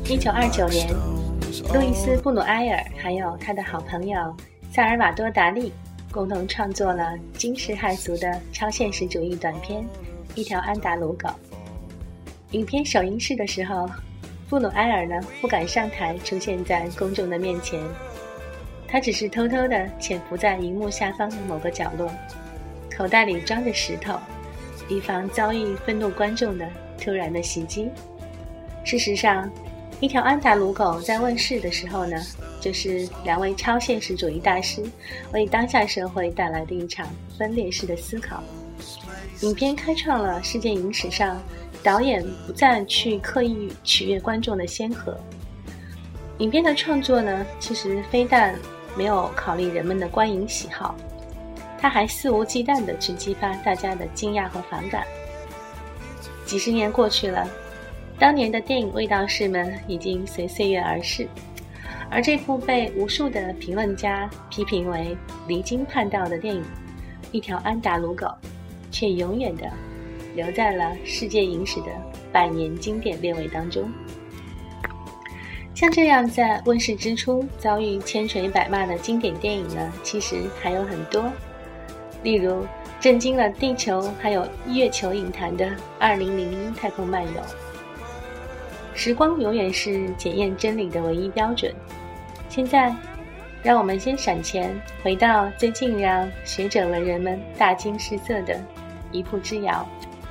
1929年，路易斯·布鲁埃尔还有他的好朋友萨尔瓦多·达利共同创作了惊世骇俗的超现实主义短片《一条安达鲁狗》。影片首映式的时候，布鲁埃尔呢不敢上台出现在公众的面前，他只是偷偷地潜伏在荧幕下方的某个角落，口袋里装着石头，以防遭遇愤怒观众的突然的袭击。事实上，一条安达鲁狗在问世的时候呢，就是两位超现实主义大师为当下社会带来的一场分裂式的思考。影片开创了世界影史上导演不再去刻意取悦观众的先河。影片的创作呢，其实非但没有考虑人们的观影喜好，他还肆无忌惮地去激发大家的惊讶和反感。几十年过去了，当年的电影卫道士们已经随岁月而逝，而这部被无数的评论家批评为离经叛道的电影《一条安达鲁狗》却永远地留在了世界影史的100年经典列位当中。像这样在问世之初遭遇千锤百骂的经典电影呢，其实还有很多。例如震惊了地球还有月球影坛的2001太空漫游。时光永远是检验真理的唯一标准。现在让我们先闪前回到最近让学者文人们大惊失色的一步之遥。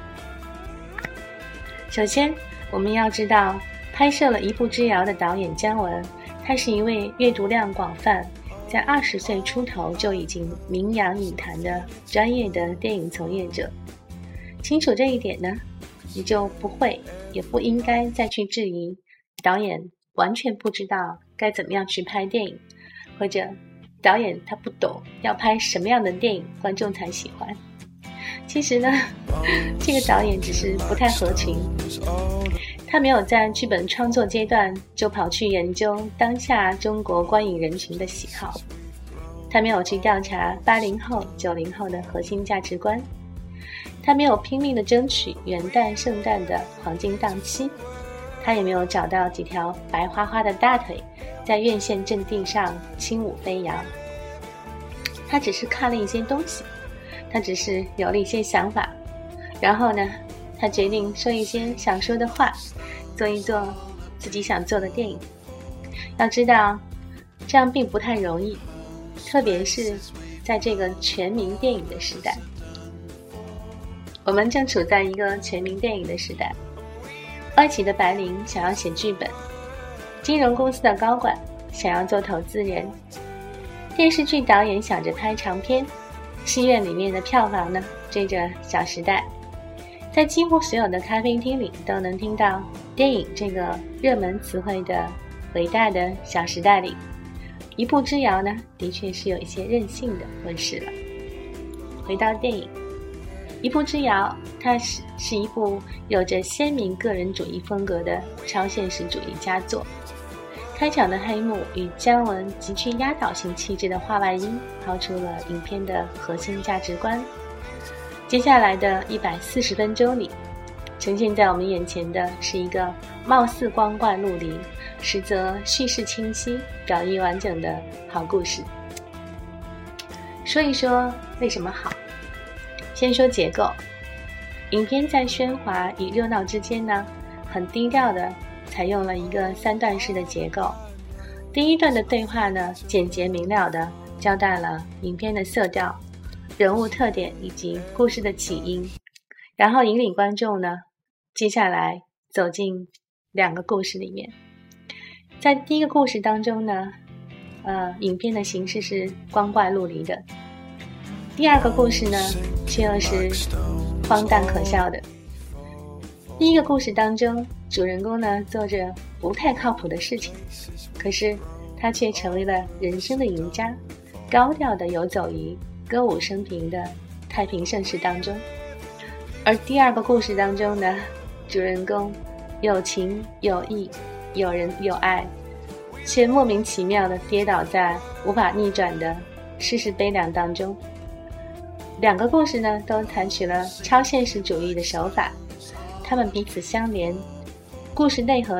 首先我们要知道，拍摄了一步之遥的导演姜文，他是一位阅读量广泛，在20岁出头就已经名扬影坛的专业的电影从业者。清楚这一点呢，你就不会也不应该再去质疑导演完全不知道该怎么样去拍电影，或者导演他不懂要拍什么样的电影观众才喜欢。其实呢，这个导演只是不太合群，他没有在剧本创作阶段就跑去研究当下中国观影人群的喜好，他没有去调查80后90后的核心价值观，他没有拼命的争取元旦圣诞的黄金档期，他也没有找到几条白花花的大腿在院线阵地上轻舞飞扬。他只是看了一些东西，他只是有了一些想法，然后呢，他决定说一些想说的话，做一做自己想做的电影。要知道，这样并不太容易，特别是在这个全民电影的时代。我们正处在一个全民电影的时代，外企的白领想要写剧本，金融公司的高管想要做投资人，电视剧导演想着拍长片，戏院里面的票房呢追着《小时代》。在几乎所有的咖啡厅里都能听到电影这个热门词汇的伟大的《小时代》里，一步之遥呢的确是有一些任性的问世了。回到电影，一步之遥它是一部有着鲜明个人主义风格的超现实主义佳作。开场的黑幕与姜文极具压倒性气质的话外音抛出了影片的核心价值观。接下来的140分钟里，呈现在我们眼前的是一个貌似光怪陆离，实则叙事清晰、表意完整的好故事。说一说为什么好。先说结构，影片在喧哗与热闹之间呢，很低调的采用了一个3段式的结构。第一段的对话呢，简洁明了的交代了影片的色调、人物特点以及故事的起因，然后引领观众呢，接下来走进2个故事里面。在第一个故事当中呢，影片的形式是光怪陆离的，第2个故事呢，却又是荒诞可笑的。第一个故事当中，主人公呢做着不太靠谱的事情，可是他却成为了人生的赢家，高调地游走于歌舞升平的太平盛世当中。而第2个故事当中呢，主人公有情有义，有人有爱，却莫名其妙地跌倒在无法逆转的世事悲凉当中。2个故事呢，都采取了超现实主义的手法，它们彼此相连，故事内核呢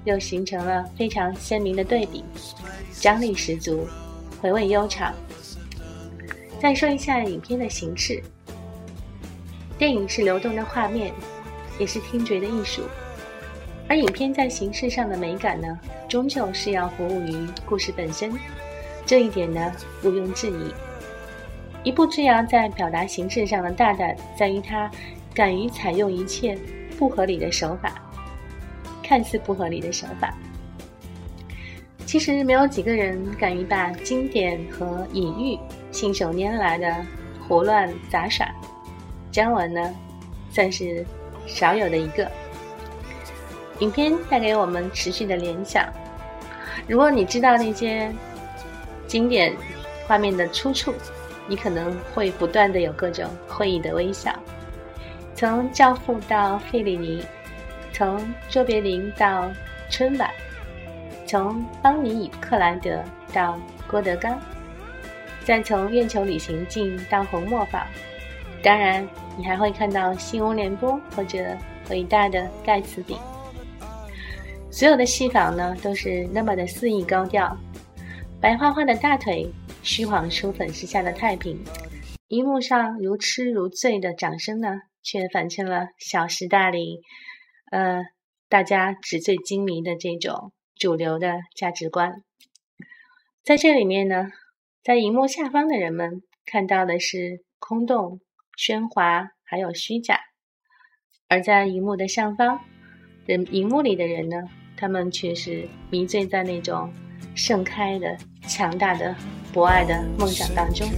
又形成了非常鲜明的对比，张力十足，回味悠长。再说一下影片的形式，电影是流动的画面，也是听觉的艺术，而影片在形式上的美感呢，终究是要服务于故事本身，这一点呢毋庸置疑。一步之遥在表达形式上的大胆，在于它敢于采用一切不合理的手法，看似不合理的手法。其实没有几个人敢于把经典和隐喻信手拈来的胡乱杂耍，姜文呢算是少有的一个。影片带给我们持续的联想，如果你知道那些经典画面的出处，你可能会不断的有各种会意的微笑。从教父到费里尼，从卓别林到春晚，从邦尼与克莱德到郭德纲，再从月球旅行记到红磨坊，当然你还会看到新闻联播或者伟大的盖茨比。所有的戏仿呢都是那么的肆意高调，白花花的大腿虚晃出粉饰下的太平，荧幕上如痴如醉的掌声呢却反衬了小时大里大家纸醉金迷的这种主流的价值观。在这里面呢，在荧幕下方的人们看到的是空洞、喧哗还有虚假，而在荧幕的上方，荧幕里的人呢，他们却是迷醉在那种盛开的强大的博爱的梦想当中。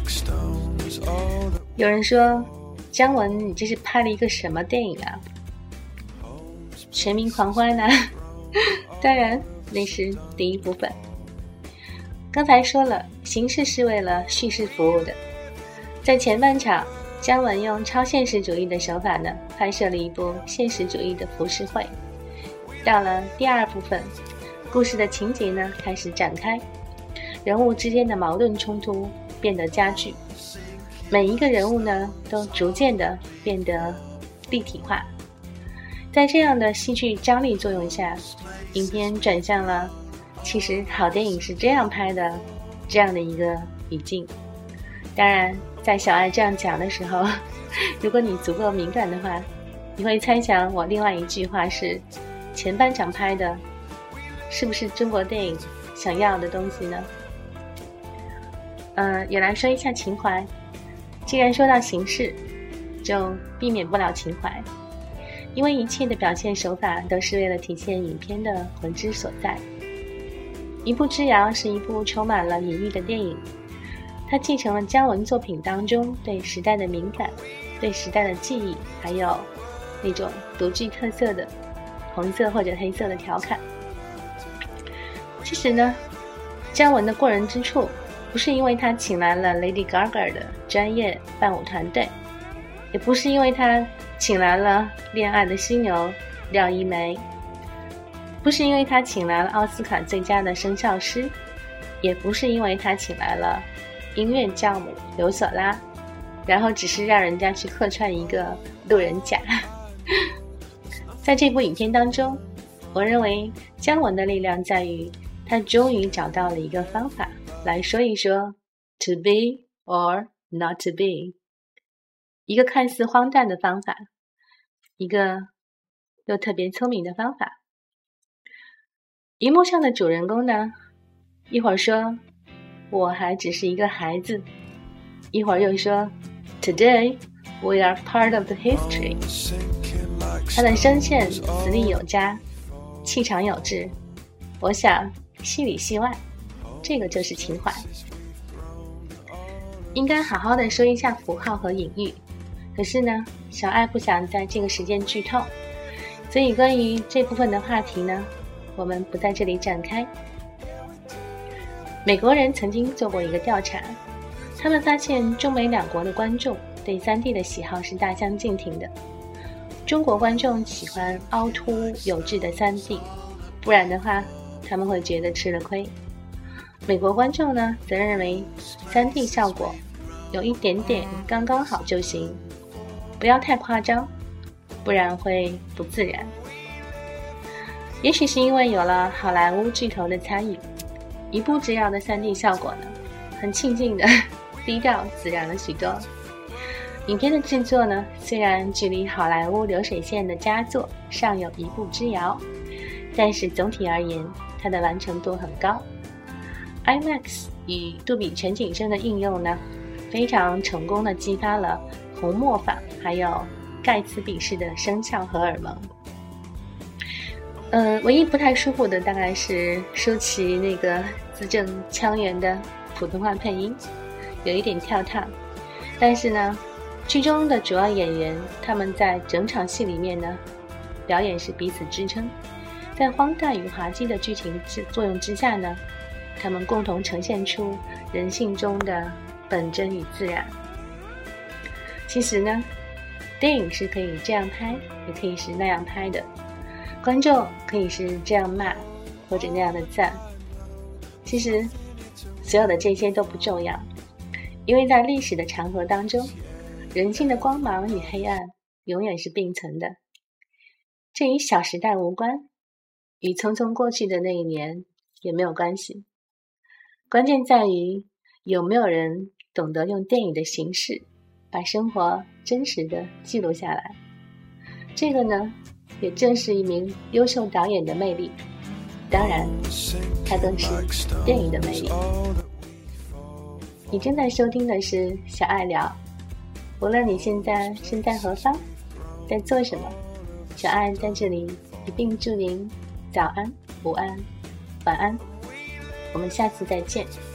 有人说，姜文你这是拍了一个什么电影啊？全民狂欢啊当然那是第一部分。刚才说了，形式是为了叙事服务的。在前半场，姜文用超现实主义的手法呢，拍摄了一部现实主义的浮世绘。到了第二部分，故事的情节呢开始展开，人物之间的矛盾冲突变得加剧，每一个人物呢都逐渐的变得立体化。在这样的戏剧张力作用下，影片转向了其实好电影是这样拍的这样的一个语境。当然在小爱这样讲的时候，如果你足够敏感的话，你会猜想我另外一句话是，前半场拍的是不是中国电影想要的东西呢？也来说一下情怀。既然说到形式，就避免不了情怀，因为一切的表现手法都是为了体现影片的魂之所在。一步之遥是一部充满了隐喻的电影，它继承了姜文作品当中对时代的敏感，对时代的记忆，还有那种独具特色的红色或者黑色的调侃。其实呢，姜文的过人之处不是因为他请来了 Lady Gaga 的专业伴舞团队，也不是因为他请来了恋爱的犀牛廖一梅，不是因为他请来了奥斯卡最佳的声效师，也不是因为他请来了音乐教母刘索拉，然后只是让人家去客串一个路人甲。在这部影片当中，我认为姜文的力量在于他终于找到了一个方法来说一说 to be or not to be， 一个看似荒诞的方法，一个又特别聪明的方法。荧幕上的主人公呢，一会儿说我还只是一个孩子，一会儿又说 Today we are part of the history。 他的声线词力有加，气场有致，我想戏里戏外，这个就是情怀。应该好好的说一下符号和隐喻，可是呢，小爱不想在这个时间剧透，所以关于这部分的话题呢，我们不在这里展开。美国人曾经做过一个调查，他们发现中美两国的观众对 3D 的喜好是大相径庭的。中国观众喜欢凹凸有致的 3D， 不然的话他们会觉得吃了亏。美国观众呢，则认为 3D 效果有一点点刚刚好就行，不要太夸张，不然会不自然。 也许是因为有了好莱坞巨头的参与，一步之遥的 3D 效果呢，很庆幸的低调自然了许多。影片的制作呢，虽然距离好莱坞流水线的佳作尚有一步之遥，但是总体而言，它的完成度很高。IMAX 与杜比全景声的应用呢，非常成功的激发了红磨坊还有盖茨比式的声效荷尔蒙。唯一不太舒服的大概是舒淇那个字正腔圆的普通话配音，有一点跳趟。但是呢，剧中的主要演员他们在整场戏里面呢，表演是彼此支撑，在荒诞与滑稽的剧情作用之下呢，他们共同呈现出人性中的本真与自然。其实呢，电影是可以这样拍，也可以是那样拍的，观众可以是这样骂或者那样的赞。其实所有的这些都不重要，因为在历史的长河当中，人性的光芒与黑暗永远是并存的。这与小时代无关，与匆匆过去的那一年也没有关系。关键在于有没有人懂得用电影的形式把生活真实的记录下来。这个呢，也正是一名优秀导演的魅力，当然它更是电影的魅力。你正在收听的是小爱聊，无论你现在身在何方，在做什么，小爱在这里一并祝您早安、午安、晚安。我们下次再见。